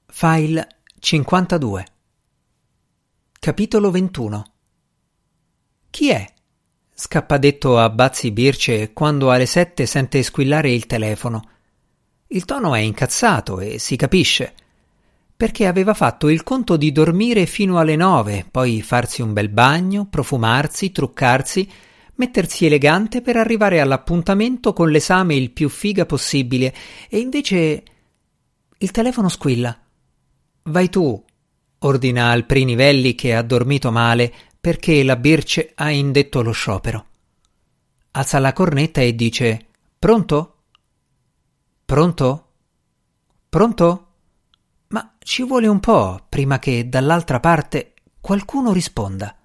File 52. Capitolo 21. Chi è? Scappa detto a Bazzi Birce quando alle 7 sente squillare il telefono. Il tono è incazzato e si capisce, perché aveva fatto il conto di dormire fino alle 9, poi farsi un bel bagno, profumarsi, truccarsi, mettersi elegante per arrivare all'appuntamento con l'esame il più figa possibile, e invece il telefono squilla. Vai tu, ordina al Prinivelli, che ha dormito male perché la Birce ha indetto lo sciopero. Alza la cornetta e dice: pronto? Pronto? Pronto? Ma ci vuole un po' prima che dall'altra parte qualcuno risponda.